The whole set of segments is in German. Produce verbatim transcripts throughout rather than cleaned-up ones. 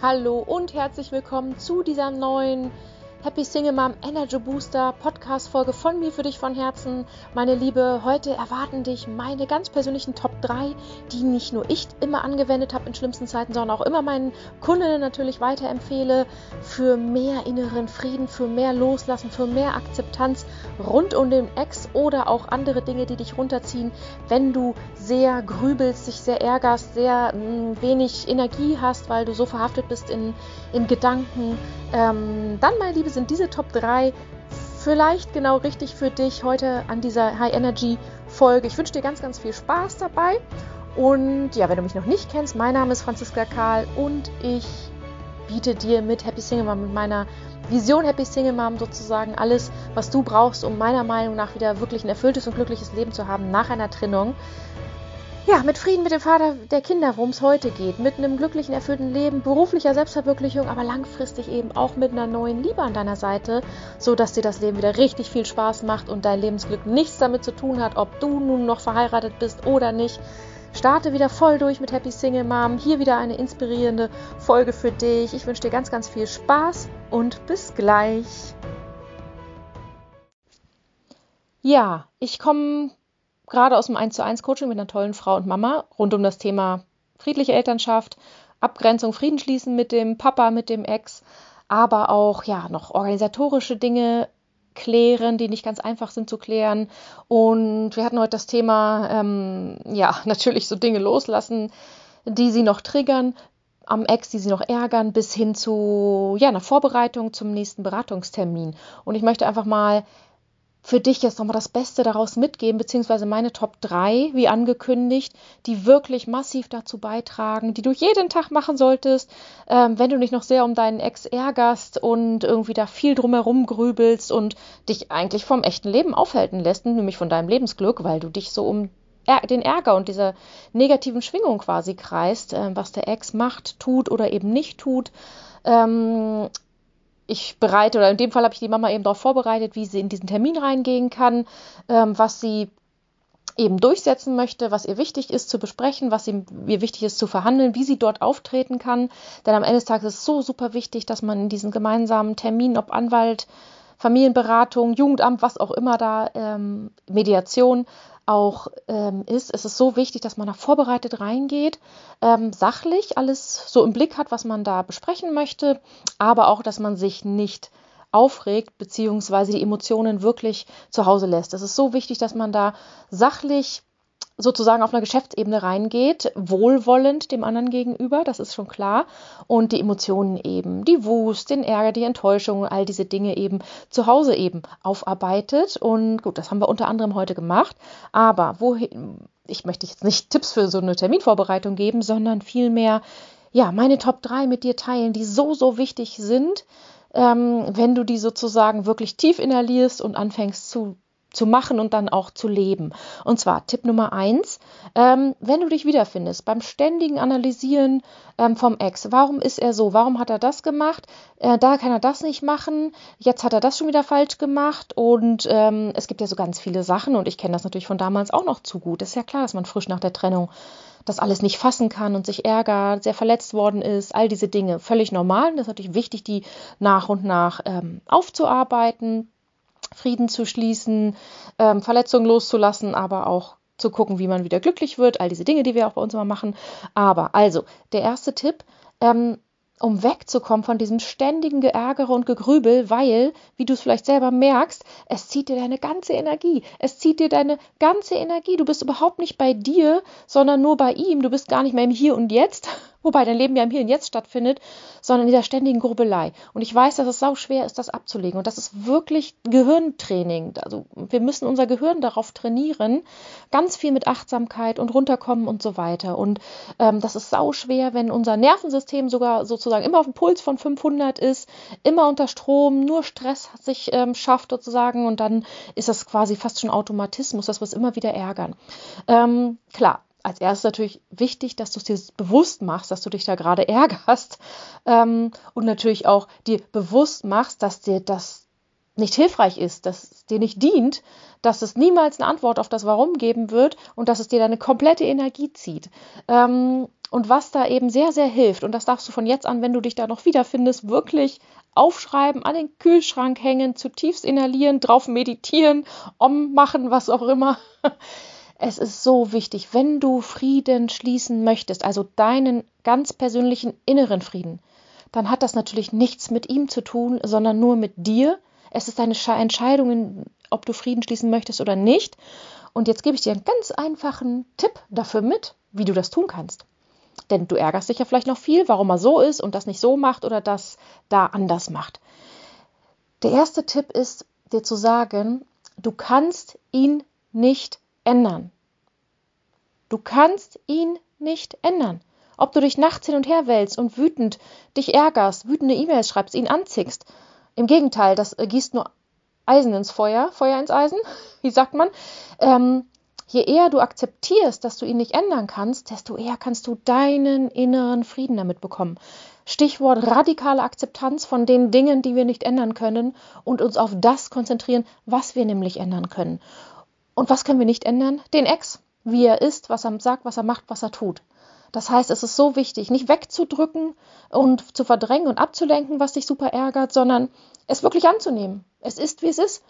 Hallo und herzlich willkommen zu dieser neuen Happy Single Mom Energy Booster Podcast Folge von mir für dich von Herzen. Meine Liebe, heute erwarten dich meine ganz persönlichen Top drei, die nicht nur ich immer angewendet habe in schlimmsten Zeiten, sondern auch immer meinen Kundinnen natürlich weiterempfehle für mehr inneren Frieden, für mehr Loslassen, für mehr Akzeptanz rund um den Ex oder auch andere Dinge, die dich runterziehen, wenn du sehr grübelst, dich sehr ärgerst, sehr mh, wenig Energie hast, weil du so verhaftet bist in, in Gedanken. Ähm, dann, meine Liebe, sind diese Top drei vielleicht genau richtig für dich heute an dieser High-Energy-Folge. Ich wünsche dir ganz, ganz viel Spaß dabei. Und ja, wenn du mich noch nicht kennst, mein Name ist Franziska Karl und ich biete dir mit Happy Single Mom, mit meiner Vision Happy Single Mom sozusagen alles, was du brauchst, um meiner Meinung nach wieder wirklich ein erfülltes und glückliches Leben zu haben nach einer Trennung. Ja, mit Frieden mit dem Vater der Kinder, worum es heute geht, mit einem glücklichen, erfüllten Leben, beruflicher Selbstverwirklichung, aber langfristig eben auch mit einer neuen Liebe an deiner Seite, so dass dir das Leben wieder richtig viel Spaß macht und dein Lebensglück nichts damit zu tun hat, ob du nun noch verheiratet bist oder nicht. Starte wieder voll durch mit Happy Single Mom. Hier wieder eine inspirierende Folge für dich. Ich wünsche dir ganz, ganz viel Spaß und bis gleich. Ja, ich komme gerade aus dem eins zu eins Coaching mit einer tollen Frau und Mama rund um das Thema friedliche Elternschaft, Abgrenzung, Frieden schließen mit dem Papa, mit dem Ex, aber auch ja noch organisatorische Dinge klären, die nicht ganz einfach sind zu klären. Und wir hatten heute das Thema, ähm, ja, natürlich so Dinge loslassen, die sie noch triggern, am Ex, die sie noch ärgern, bis hin zu ja, einer Vorbereitung zum nächsten Beratungstermin. Und ich möchte einfach mal für dich jetzt nochmal das Beste daraus mitgeben, beziehungsweise meine Top drei, wie angekündigt, die wirklich massiv dazu beitragen, die du jeden Tag machen solltest, ähm, wenn du dich noch sehr um deinen Ex ärgerst und irgendwie da viel drumherum grübelst und dich eigentlich vom echten Leben aufhalten lässt, nämlich von deinem Lebensglück, weil du dich so um den Ärger und diese negativen Schwingungen quasi kreist, äh, was der Ex macht, tut oder eben nicht tut. Ähm, Ich bereite, oder in dem Fall habe ich die Mama eben darauf vorbereitet, wie sie in diesen Termin reingehen kann, ähm, was sie eben durchsetzen möchte, was ihr wichtig ist zu besprechen, was ihr wichtig ist zu verhandeln, wie sie dort auftreten kann. Denn am Ende des Tages ist es so super wichtig, dass man in diesen gemeinsamen Terminen, ob Anwalt, Familienberatung, Jugendamt, was auch immer da, ähm, Mediation auch ähm, ist, es ist so wichtig, dass man da vorbereitet reingeht, ähm, sachlich alles so im Blick hat, was man da besprechen möchte, aber auch, dass man sich nicht aufregt, beziehungsweise die Emotionen wirklich zu Hause lässt. Es ist so wichtig, dass man da sachlich sozusagen auf einer Geschäftsebene reingeht, wohlwollend dem anderen gegenüber, das ist schon klar, und die Emotionen eben, die Wut, den Ärger, die Enttäuschung, all diese Dinge eben zu Hause eben aufarbeitet. Und gut, das haben wir unter anderem heute gemacht, aber wohin, ich möchte jetzt nicht Tipps für so eine Terminvorbereitung geben, sondern vielmehr, ja, meine Top drei mit dir teilen, die so, so wichtig sind, ähm, wenn du die sozusagen wirklich tief inhalierst und anfängst zu zu machen und dann auch zu leben. Und zwar Tipp Nummer eins, ähm, wenn du dich wiederfindest beim ständigen Analysieren ähm, vom Ex, warum ist er so, warum hat er das gemacht, äh, da kann er das nicht machen, jetzt hat er das schon wieder falsch gemacht und ähm, es gibt ja so ganz viele Sachen und ich kenne das natürlich von damals auch noch zu gut. Es ist ja klar, dass man frisch nach der Trennung das alles nicht fassen kann und sich ärgert, sehr verletzt worden ist, all diese Dinge, völlig normal. Und das ist natürlich wichtig, die nach und nach ähm, aufzuarbeiten, Frieden zu schließen, ähm, Verletzungen loszulassen, aber auch zu gucken, wie man wieder glücklich wird, all diese Dinge, die wir auch bei uns immer machen. Aber also, der erste Tipp, ähm, um wegzukommen von diesem ständigen Geärgere und Gegrübel, weil, wie du es vielleicht selber merkst, es zieht dir deine ganze Energie. Es zieht dir deine ganze Energie. Du bist überhaupt nicht bei dir, sondern nur bei ihm. Du bist gar nicht mehr im Hier und Jetzt, wobei dein Leben ja im Hier und Jetzt stattfindet, sondern in dieser ständigen Grübelei. Und ich weiß, dass es sau schwer ist, das abzulegen. Und das ist wirklich Gehirntraining. Also wir müssen unser Gehirn darauf trainieren, ganz viel mit Achtsamkeit und runterkommen und so weiter. Und ähm, das ist sau schwer, wenn unser Nervensystem sogar sozusagen immer auf dem Puls von fünfhundert ist, immer unter Strom, nur Stress sich ähm, schafft sozusagen. Und dann ist das quasi fast schon Automatismus, dass wir es immer wieder ärgern. Ähm, klar. Als erstes natürlich wichtig, dass du es dir bewusst machst, dass du dich da gerade ärgerst ähm, und natürlich auch dir bewusst machst, dass dir das nicht hilfreich ist, dass es dir nicht dient, dass es niemals eine Antwort auf das Warum geben wird und dass es dir deine komplette Energie zieht. Ähm, Und was da eben sehr, sehr hilft, und das darfst du von jetzt an, wenn du dich da noch wiederfindest, wirklich aufschreiben, an den Kühlschrank hängen, zutiefst inhalieren, drauf meditieren, Om machen, was auch immer. Es ist so wichtig, wenn du Frieden schließen möchtest, also deinen ganz persönlichen inneren Frieden, dann hat das natürlich nichts mit ihm zu tun, sondern nur mit dir. Es ist deine Entscheidung, ob du Frieden schließen möchtest oder nicht. Und jetzt gebe ich dir einen ganz einfachen Tipp dafür mit, wie du das tun kannst. Denn du ärgerst dich ja vielleicht noch viel, warum er so ist und das nicht so macht oder das da anders macht. Der erste Tipp ist, dir zu sagen, du kannst ihn nicht ändern. Du kannst ihn nicht ändern. Ob du dich nachts hin und her wälzt und wütend dich ärgerst, wütende E-Mails schreibst, ihn anzickst. Im Gegenteil, das gießt nur Eisen ins Feuer, Feuer ins Eisen, wie sagt man. Ähm, je eher du akzeptierst, dass du ihn nicht ändern kannst, desto eher kannst du deinen inneren Frieden damit bekommen. Stichwort radikale Akzeptanz von den Dingen, die wir nicht ändern können und uns auf das konzentrieren, was wir nämlich ändern können. Und was können wir nicht ändern? Den Ex, wie er ist, was er sagt, was er macht, was er tut. Das heißt, es ist so wichtig, nicht wegzudrücken und zu verdrängen und abzulenken, was dich super ärgert, sondern es wirklich anzunehmen. Es ist, wie es ist.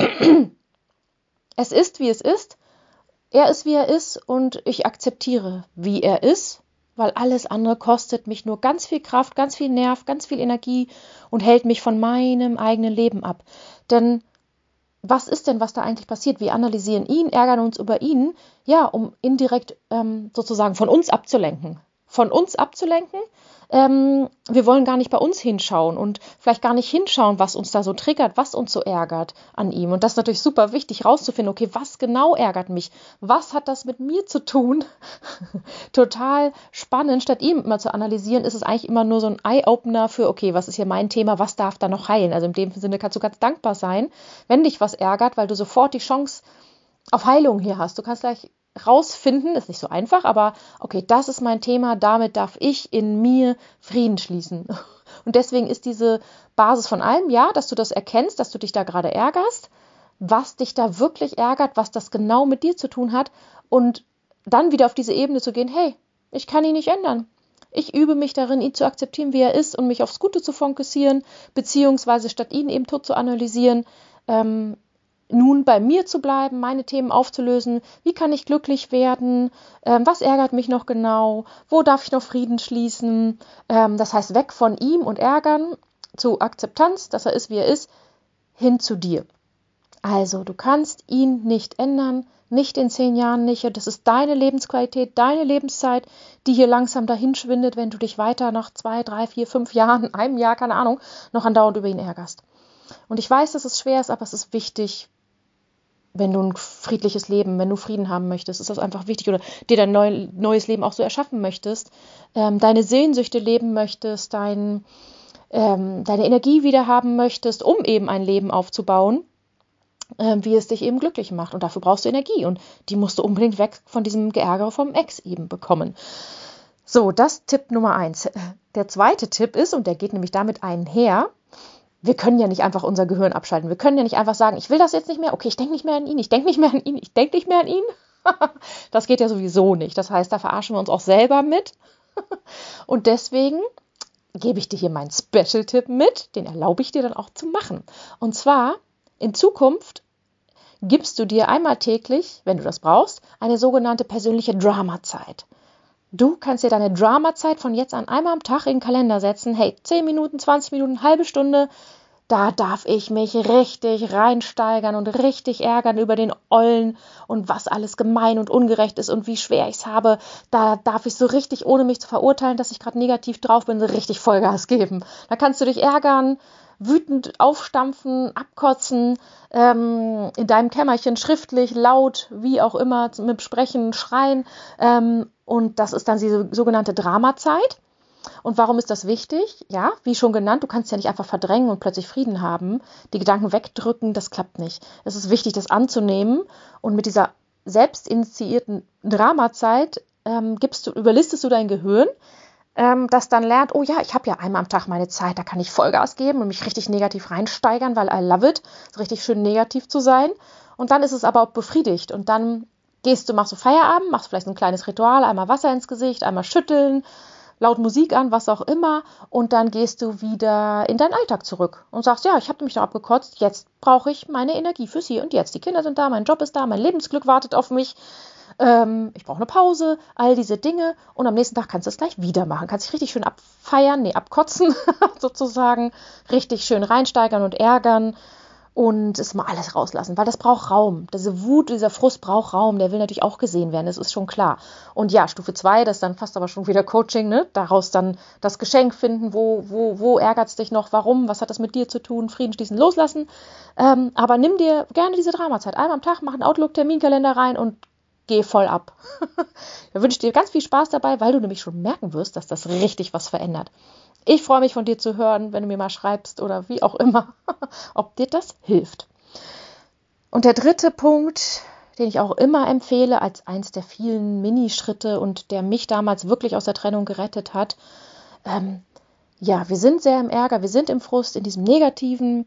Es ist, wie es ist. Er ist, wie er ist und ich akzeptiere, wie er ist, weil alles andere kostet mich nur ganz viel Kraft, ganz viel Nerv, ganz viel Energie und hält mich von meinem eigenen Leben ab. Denn was ist denn, was da eigentlich passiert? Wir analysieren ihn, ärgern uns über ihn, ja, um indirekt ähm, sozusagen von uns abzulenken. Von uns abzulenken. Ähm, wir wollen gar nicht bei uns hinschauen und vielleicht gar nicht hinschauen, was uns da so triggert, was uns so ärgert an ihm. Und das ist natürlich super wichtig, rauszufinden, okay, was genau ärgert mich? Was hat das mit mir zu tun? Total spannend. Statt ihm immer zu analysieren, ist es eigentlich immer nur so ein Eye-Opener für, okay, was ist hier mein Thema, was darf da noch heilen? Also in dem Sinne kannst du ganz dankbar sein, wenn dich was ärgert, weil du sofort die Chance auf Heilung hier hast. Du kannst gleich rausfinden, ist nicht so einfach, aber okay, das ist mein Thema, damit darf ich in mir Frieden schließen. Und deswegen ist diese Basis von allem, ja, dass du das erkennst, dass du dich da gerade ärgerst, was dich da wirklich ärgert, was das genau mit dir zu tun hat und dann wieder auf diese Ebene zu gehen, hey, ich kann ihn nicht ändern. Ich übe mich darin, ihn zu akzeptieren, wie er ist und mich aufs Gute zu fokussieren, beziehungsweise statt ihn eben tot zu analysieren, ähm, nun bei mir zu bleiben, meine Themen aufzulösen, wie kann ich glücklich werden, ähm, was ärgert mich noch genau, wo darf ich noch Frieden schließen, ähm, das heißt weg von ihm und Ärgern zu Akzeptanz, dass er ist, wie er ist, hin zu dir. Also du kannst ihn nicht ändern, nicht in zehn Jahren nicht, und das ist deine Lebensqualität, deine Lebenszeit, die hier langsam dahin schwindet, wenn du dich weiter nach zwei, drei, vier, fünf Jahren, einem Jahr, keine Ahnung, noch andauernd über ihn ärgerst. Und ich weiß, dass es schwer ist, aber es ist wichtig, wenn du ein friedliches Leben, wenn du Frieden haben möchtest, ist das einfach wichtig oder dir dein neu, neues Leben auch so erschaffen möchtest, ähm, deine Sehnsüchte leben möchtest, dein, ähm, deine Energie wieder haben möchtest, um eben ein Leben aufzubauen, ähm, wie es dich eben glücklich macht. Und dafür brauchst du Energie und die musst du unbedingt weg von diesem Geärgere vom Ex eben bekommen. So, das Tipp Nummer eins. Der zweite Tipp ist, und der geht nämlich damit einher, wir können ja nicht einfach unser Gehirn abschalten. Wir können ja nicht einfach sagen, ich will das jetzt nicht mehr, okay, ich denke nicht mehr an ihn, ich denke nicht mehr an ihn, ich denke nicht mehr an ihn. Das geht ja sowieso nicht. Das heißt, da verarschen wir uns auch selber mit. Und deswegen gebe ich dir hier meinen Special-Tipp mit, den erlaube ich dir dann auch zu machen. Und zwar, in Zukunft gibst du dir einmal täglich, wenn du das brauchst, eine sogenannte persönliche Drama-Zeit. Du kannst dir deine Drama-Zeit von jetzt an einmal am Tag in den Kalender setzen. Hey, zehn Minuten, zwanzig Minuten, halbe Stunde, da darf ich mich richtig reinsteigern und richtig ärgern über den Ollen und was alles gemein und ungerecht ist und wie schwer ich es habe. Da darf ich so richtig, ohne mich zu verurteilen, dass ich gerade negativ drauf bin, so richtig Vollgas geben. Da kannst du dich ärgern, wütend aufstampfen, abkotzen, ähm, in deinem Kämmerchen schriftlich, laut, wie auch immer, mit Sprechen, Schreien. Ähm, und das ist dann diese sogenannte Dramazeit. Und warum ist das wichtig? Ja, wie schon genannt, du kannst ja nicht einfach verdrängen und plötzlich Frieden haben, die Gedanken wegdrücken, das klappt nicht. Es ist wichtig, das anzunehmen und mit dieser selbst initiierten Dramazeit ähm, gibst du, überlistest du dein Gehirn, ähm, das dann lernt, oh ja, ich habe ja einmal am Tag meine Zeit, da kann ich Vollgas geben und mich richtig negativ reinsteigern, weil I love it, so richtig schön negativ zu sein. Und dann ist es aber auch befriedigt und dann gehst du, machst du Feierabend, machst vielleicht so ein kleines Ritual, einmal Wasser ins Gesicht, einmal schütteln, laut Musik an, was auch immer, und dann gehst du wieder in deinen Alltag zurück und sagst, ja, ich habe mich doch abgekotzt, jetzt brauche ich meine Energie fürs Hier und Jetzt. Die Kinder sind da, mein Job ist da, mein Lebensglück wartet auf mich, ähm, ich brauche eine Pause, all diese Dinge, und am nächsten Tag kannst du es gleich wieder machen. Kannst dich richtig schön abfeiern, nee, abkotzen sozusagen, richtig schön reinsteigern und ärgern und es mal alles rauslassen, weil das braucht Raum. Diese Wut, dieser Frust braucht Raum, der will natürlich auch gesehen werden, das ist schon klar. Und ja, Stufe zwei, das ist dann fast aber schon wieder Coaching, ne? Daraus dann das Geschenk finden, wo, wo, wo ärgert es dich noch, warum, was hat das mit dir zu tun, Frieden schließen, loslassen. Ähm, aber nimm dir gerne diese Dramazeit, einmal am Tag, mach einen Outlook-Terminkalender rein und geh voll ab. Da wünsche ich dir ganz viel Spaß dabei, weil du nämlich schon merken wirst, dass das richtig was verändert. Ich freue mich, von dir zu hören, wenn du mir mal schreibst oder wie auch immer, ob dir das hilft. Und der dritte Punkt, den ich auch immer empfehle, als eins der vielen Minischritte und der mich damals wirklich aus der Trennung gerettet hat, ähm, ja, wir sind sehr im Ärger, wir sind im Frust, in diesem Negativen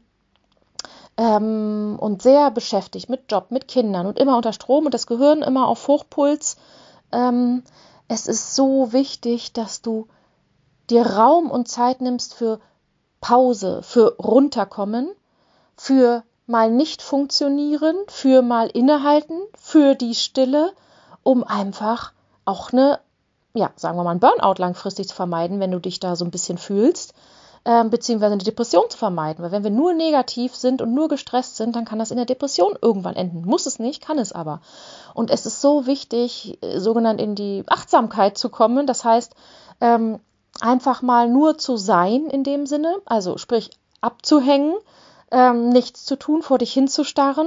ähm, und sehr beschäftigt mit Job, mit Kindern und immer unter Strom und das Gehirn immer auf Hochpuls. Ähm, es ist so wichtig, dass du dir Raum und Zeit nimmst für Pause, für Runterkommen, für mal nicht funktionieren, für mal innehalten, für die Stille, um einfach auch eine, ja, sagen wir mal, einen Burnout langfristig zu vermeiden, wenn du dich da so ein bisschen fühlst, ähm, beziehungsweise eine Depression zu vermeiden. Weil wenn wir nur negativ sind und nur gestresst sind, dann kann das in der Depression irgendwann enden. Muss es nicht, kann es aber. Und es ist so wichtig, äh, sogenannt in die Achtsamkeit zu kommen. Das heißt, ähm, einfach mal nur zu sein in dem Sinne, also sprich abzuhängen, ähm, nichts zu tun, vor dich hinzustarren.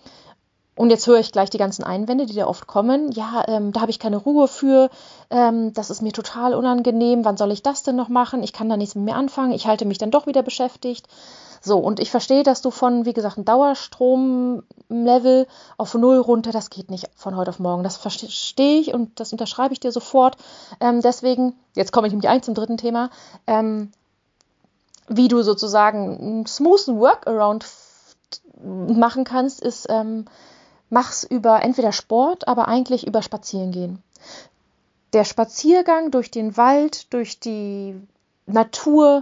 Und jetzt höre ich gleich die ganzen Einwände, die da oft kommen. Ja, ähm, da habe ich keine Ruhe für, ähm, das ist mir total unangenehm, wann soll ich das denn noch machen? Ich kann da nichts mit mir anfangen, ich halte mich dann doch wieder beschäftigt. So, und ich verstehe, dass du von, wie gesagt, einem Dauerstromlevel auf null runter, das geht nicht von heute auf morgen. Das verstehe ich und das unterschreibe ich dir sofort. Ähm, deswegen, jetzt komme ich nämlich eigentlich zum dritten Thema, ähm, wie du sozusagen einen smoothen Workaround machen kannst, ist, ähm, mach's über entweder Sport, aber eigentlich über Spazierengehen. Der Spaziergang durch den Wald, durch die Natur,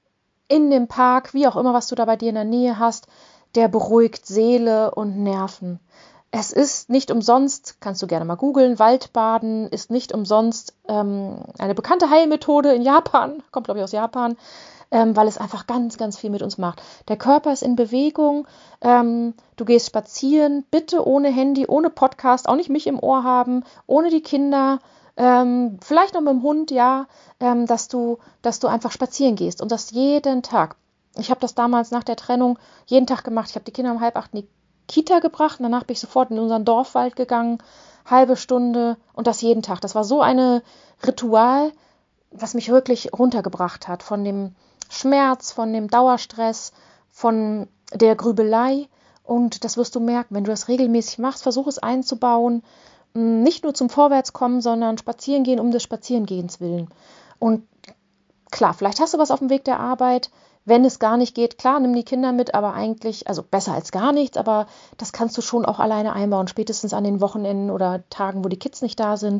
in dem Park, wie auch immer, was du da bei dir in der Nähe hast, der beruhigt Seele und Nerven. Es ist nicht umsonst, kannst du gerne mal googeln, Waldbaden ist nicht umsonst ähm, eine bekannte Heilmethode in Japan, kommt glaube ich aus Japan, ähm, weil es einfach ganz, ganz viel mit uns macht. Der Körper ist in Bewegung, ähm, du gehst spazieren, bitte ohne Handy, ohne Podcast, auch nicht mich im Ohr haben, ohne die Kinder, ähm, vielleicht noch mit dem Hund, ja, ähm, dass du, dass du einfach spazieren gehst und das jeden Tag. Ich habe das damals nach der Trennung jeden Tag gemacht. Ich habe die Kinder um halb acht in die Kita gebracht und danach bin ich sofort in unseren Dorfwald gegangen, halbe Stunde und das jeden Tag. Das war so ein Ritual, was mich wirklich runtergebracht hat von dem Schmerz, von dem Dauerstress, von der Grübelei. Und das wirst du merken, wenn du das regelmäßig machst, versuch es einzubauen. Nicht nur zum Vorwärtskommen, sondern spazieren gehen um des Spazierengehens willen. Und klar, vielleicht hast du was auf dem Weg der Arbeit. Wenn es gar nicht geht, klar, nimm die Kinder mit, aber eigentlich, also besser als gar nichts, aber das kannst du schon auch alleine einbauen, spätestens an den Wochenenden oder Tagen, wo die Kids nicht da sind.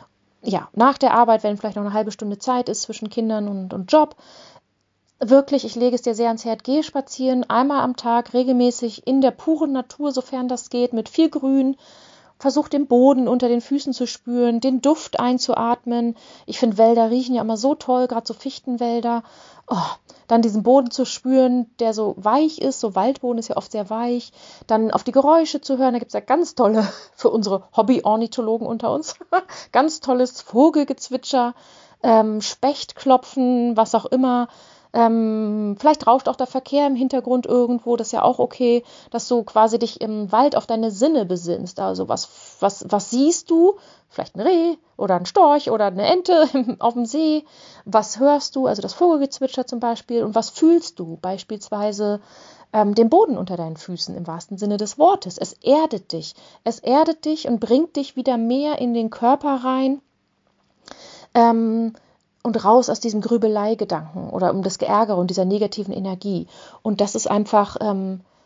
Ja, nach der Arbeit, wenn vielleicht noch eine halbe Stunde Zeit ist zwischen Kindern und, und Job. Wirklich, ich lege es dir sehr ans Herz, geh spazieren, einmal am Tag, regelmäßig in der puren Natur, sofern das geht, mit viel Grün. Versuch den Boden unter den Füßen zu spüren, den Duft einzuatmen. Ich finde, Wälder riechen ja immer so toll, gerade so Fichtenwälder. Oh, dann diesen Boden zu spüren, der so weich ist, so Waldboden ist ja oft sehr weich. Dann auf die Geräusche zu hören, da gibt es ja ganz tolle, für unsere Hobby-Ornithologen unter uns, ganz tolles Vogelgezwitscher, ähm, Spechtklopfen, was auch immer. Ähm, vielleicht rauscht auch der Verkehr im Hintergrund irgendwo, das ist ja auch okay, dass du quasi dich im Wald auf deine Sinne besinnst. Also was, was, was siehst du? Vielleicht ein Reh oder ein Storch oder eine Ente auf dem See. Was hörst du? Also das Vogelgezwitscher zum Beispiel. Und was fühlst du? Beispielsweise ähm, den Boden unter deinen Füßen im wahrsten Sinne des Wortes. Es erdet dich. Es erdet dich und bringt dich wieder mehr in den Körper rein. Ähm, und raus aus diesem Grübelei-Gedanken oder um das Geärgere und dieser negativen Energie. Und das ist einfach ähm,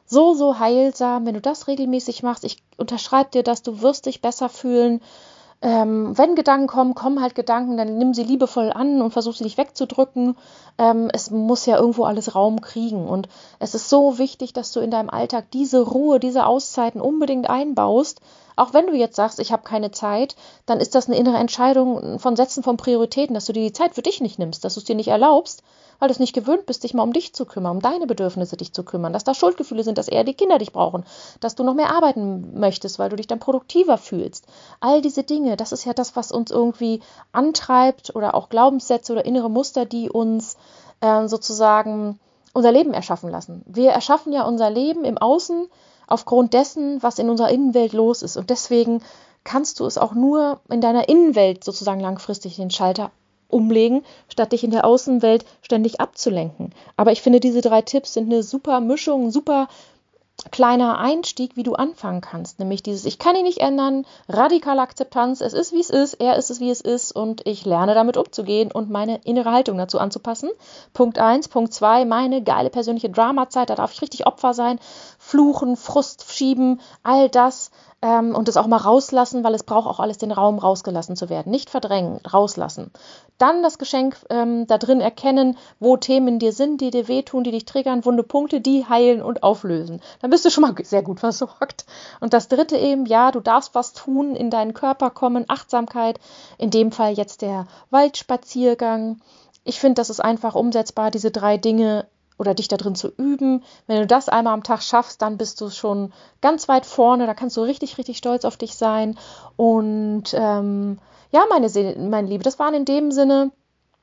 so, so heilsam, wenn du das regelmäßig machst. Ich unterschreibe dir das, du wirst dich besser fühlen. Ähm, wenn Gedanken kommen, kommen halt Gedanken, dann nimm sie liebevoll an und versuch sie nicht wegzudrücken. Ähm, es muss ja irgendwo alles Raum kriegen. Und es ist so wichtig, dass du in deinem Alltag diese Ruhe, diese Auszeiten unbedingt einbaust. Auch wenn du jetzt sagst, ich habe keine Zeit, dann ist das eine innere Entscheidung von Setzen von Prioritäten, dass du dir die Zeit für dich nicht nimmst, dass du es dir nicht erlaubst, weil du es nicht gewöhnt bist, dich mal um dich zu kümmern, um deine Bedürfnisse dich zu kümmern, dass da Schuldgefühle sind, dass eher die Kinder dich brauchen, dass du noch mehr arbeiten möchtest, weil du dich dann produktiver fühlst. All diese Dinge, das ist ja das, was uns irgendwie antreibt oder auch Glaubenssätze oder innere Muster, die uns äh, sozusagen unser Leben erschaffen lassen. Wir erschaffen ja unser Leben im Außen aufgrund dessen, was in unserer Innenwelt los ist. Und deswegen kannst du es auch nur in deiner Innenwelt sozusagen langfristig den Schalter umlegen, statt dich in der Außenwelt ständig abzulenken. Aber ich finde, diese drei Tipps sind eine super Mischung, ein super kleiner Einstieg, wie du anfangen kannst. Nämlich dieses, ich kann ihn nicht ändern, radikale Akzeptanz, es ist, wie es ist, er ist es, wie es ist und ich lerne damit umzugehen und meine innere Haltung dazu anzupassen. Punkt eins. Punkt zwei, meine geile persönliche Dramazeit, da darf ich richtig Opfer sein, fluchen, Frust schieben, all das ähm, und das auch mal rauslassen, weil es braucht auch alles den Raum, rausgelassen zu werden. Nicht verdrängen, rauslassen. Dann das Geschenk ähm, da drin erkennen, wo Themen in dir sind, die dir wehtun, die dich triggern, wunde Punkte, die heilen und auflösen. Dann bist du schon mal sehr gut versorgt. Und das dritte eben, ja, du darfst was tun, in deinen Körper kommen, Achtsamkeit, in dem Fall jetzt der Waldspaziergang. Ich finde, das ist einfach umsetzbar, diese drei Dinge oder dich da drin zu üben. Wenn du das einmal am Tag schaffst, dann bist du schon ganz weit vorne, da kannst du richtig, richtig stolz auf dich sein. Und ähm, ja, meine, Se- meine Liebe, das waren in dem Sinne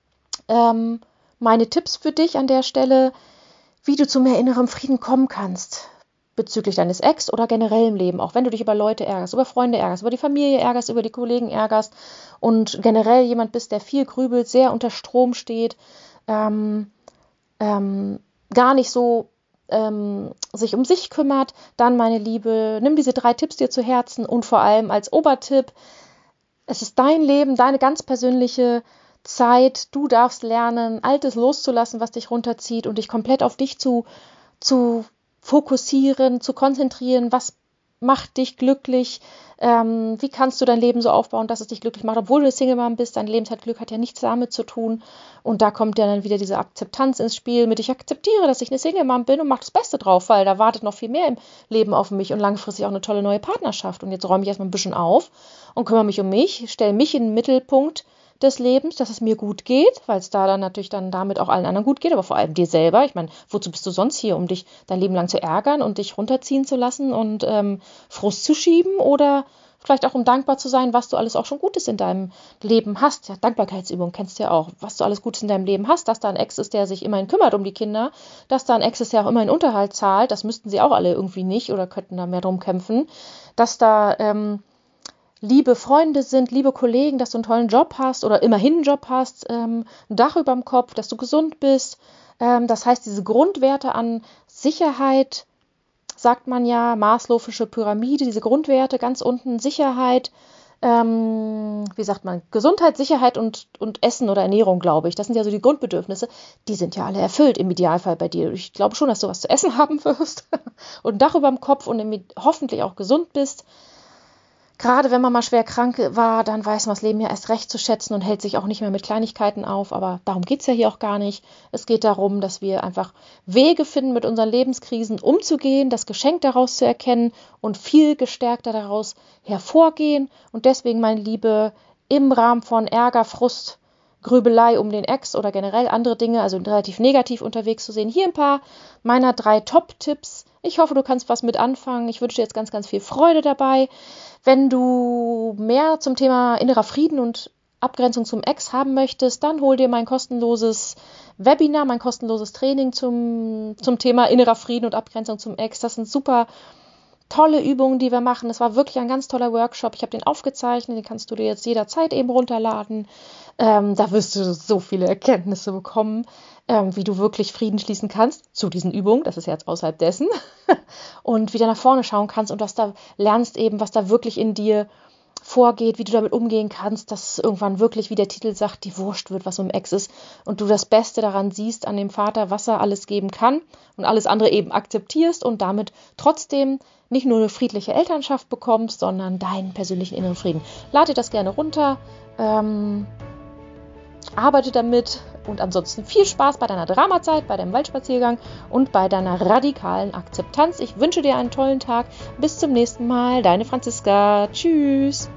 ähm, meine Tipps für dich an der Stelle, wie du zu mehr innerem Frieden kommen kannst bezüglich deines Ex oder generell im Leben, auch wenn du dich über Leute ärgerst, über Freunde ärgerst, über die Familie ärgerst, über die Kollegen ärgerst und generell jemand bist, der viel grübelt, sehr unter Strom steht, ähm, ähm, gar nicht so ähm, sich um sich kümmert, dann, meine Liebe, nimm diese drei Tipps dir zu Herzen und vor allem als Obertipp, es ist dein Leben, deine ganz persönliche Zeit, du darfst lernen, Altes loszulassen, was dich runterzieht und dich komplett auf dich zu, zu fokussieren, zu konzentrieren, was macht dich glücklich, ähm, wie kannst du dein Leben so aufbauen, dass es dich glücklich macht, obwohl du Single-Mom bist, dein Lebensglück hat ja nichts damit zu tun und da kommt ja dann wieder diese Akzeptanz ins Spiel, mit ich akzeptiere, dass ich eine Single-Mom bin und mach das Beste drauf, weil da wartet noch viel mehr im Leben auf mich und langfristig auch eine tolle neue Partnerschaft und jetzt räume ich erstmal ein bisschen auf und kümmere mich um mich, stelle mich in den Mittelpunkt des Lebens, dass es mir gut geht, weil es da dann natürlich dann damit auch allen anderen gut geht, aber vor allem dir selber. Ich meine, wozu bist du sonst hier, um dich dein Leben lang zu ärgern und dich runterziehen zu lassen und ähm, Frust zu schieben oder vielleicht auch um dankbar zu sein, was du alles auch schon Gutes in deinem Leben hast. Ja, Dankbarkeitsübung kennst du ja auch, was du alles Gutes in deinem Leben hast, dass da ein Ex ist, der sich immerhin kümmert um die Kinder, dass da ein Ex ist, der auch immerhin Unterhalt zahlt, das müssten sie auch alle irgendwie nicht oder könnten da mehr drum kämpfen, dass da ähm, liebe Freunde sind, liebe Kollegen, dass du einen tollen Job hast oder immerhin einen Job hast, ähm, ein Dach über dem Kopf, dass du gesund bist. Ähm, das heißt, diese Grundwerte an Sicherheit, sagt man ja, Maslow'sche Pyramide, diese Grundwerte ganz unten, Sicherheit, ähm, wie sagt man, Gesundheit, Sicherheit und, und Essen oder Ernährung, glaube ich. Das sind ja so die Grundbedürfnisse, die sind ja alle erfüllt im Idealfall bei dir. Ich glaube schon, dass du was zu essen haben wirst und ein Dach über dem Kopf und im, hoffentlich auch gesund bist. Gerade wenn man mal schwer krank war, dann weiß man das Leben ja erst recht zu schätzen und hält sich auch nicht mehr mit Kleinigkeiten auf. Aber darum geht es ja hier auch gar nicht. Es geht darum, dass wir einfach Wege finden, mit unseren Lebenskrisen umzugehen, das Geschenk daraus zu erkennen und viel gestärkter daraus hervorgehen. Und deswegen, meine Liebe, im Rahmen von Ärger, Frust, Grübelei um den Ex oder generell andere Dinge, also relativ negativ unterwegs zu sehen, hier ein paar meiner drei Top-Tipps. Ich hoffe, du kannst was mit anfangen. Ich wünsche dir jetzt ganz, ganz viel Freude dabei. Wenn du mehr zum Thema innerer Frieden und Abgrenzung zum Ex haben möchtest, dann hol dir mein kostenloses Webinar, mein kostenloses Training zum, zum Thema innerer Frieden und Abgrenzung zum Ex. Das sind super tolle Übungen, die wir machen. Es war wirklich ein ganz toller Workshop. Ich habe den aufgezeichnet, den kannst du dir jetzt jederzeit eben runterladen. Ähm, da wirst du so viele Erkenntnisse bekommen, ähm, wie du wirklich Frieden schließen kannst zu diesen Übungen. Das ist jetzt außerhalb dessen. Und wieder nach vorne schauen kannst und was da lernst eben, was da wirklich in dir vorgeht, wie du damit umgehen kannst, dass es irgendwann wirklich, wie der Titel sagt, die Wurst wird, was um Ex ist und du das Beste daran siehst an dem Vater, was er alles geben kann und alles andere eben akzeptierst und damit trotzdem nicht nur eine friedliche Elternschaft bekommst, sondern deinen persönlichen inneren Frieden. Lade dir das gerne runter, ähm, arbeite damit und ansonsten viel Spaß bei deiner Dramazeit, bei deinem Waldspaziergang und bei deiner radikalen Akzeptanz. Ich wünsche dir einen tollen Tag. Bis zum nächsten Mal. Deine Franziska. Tschüss.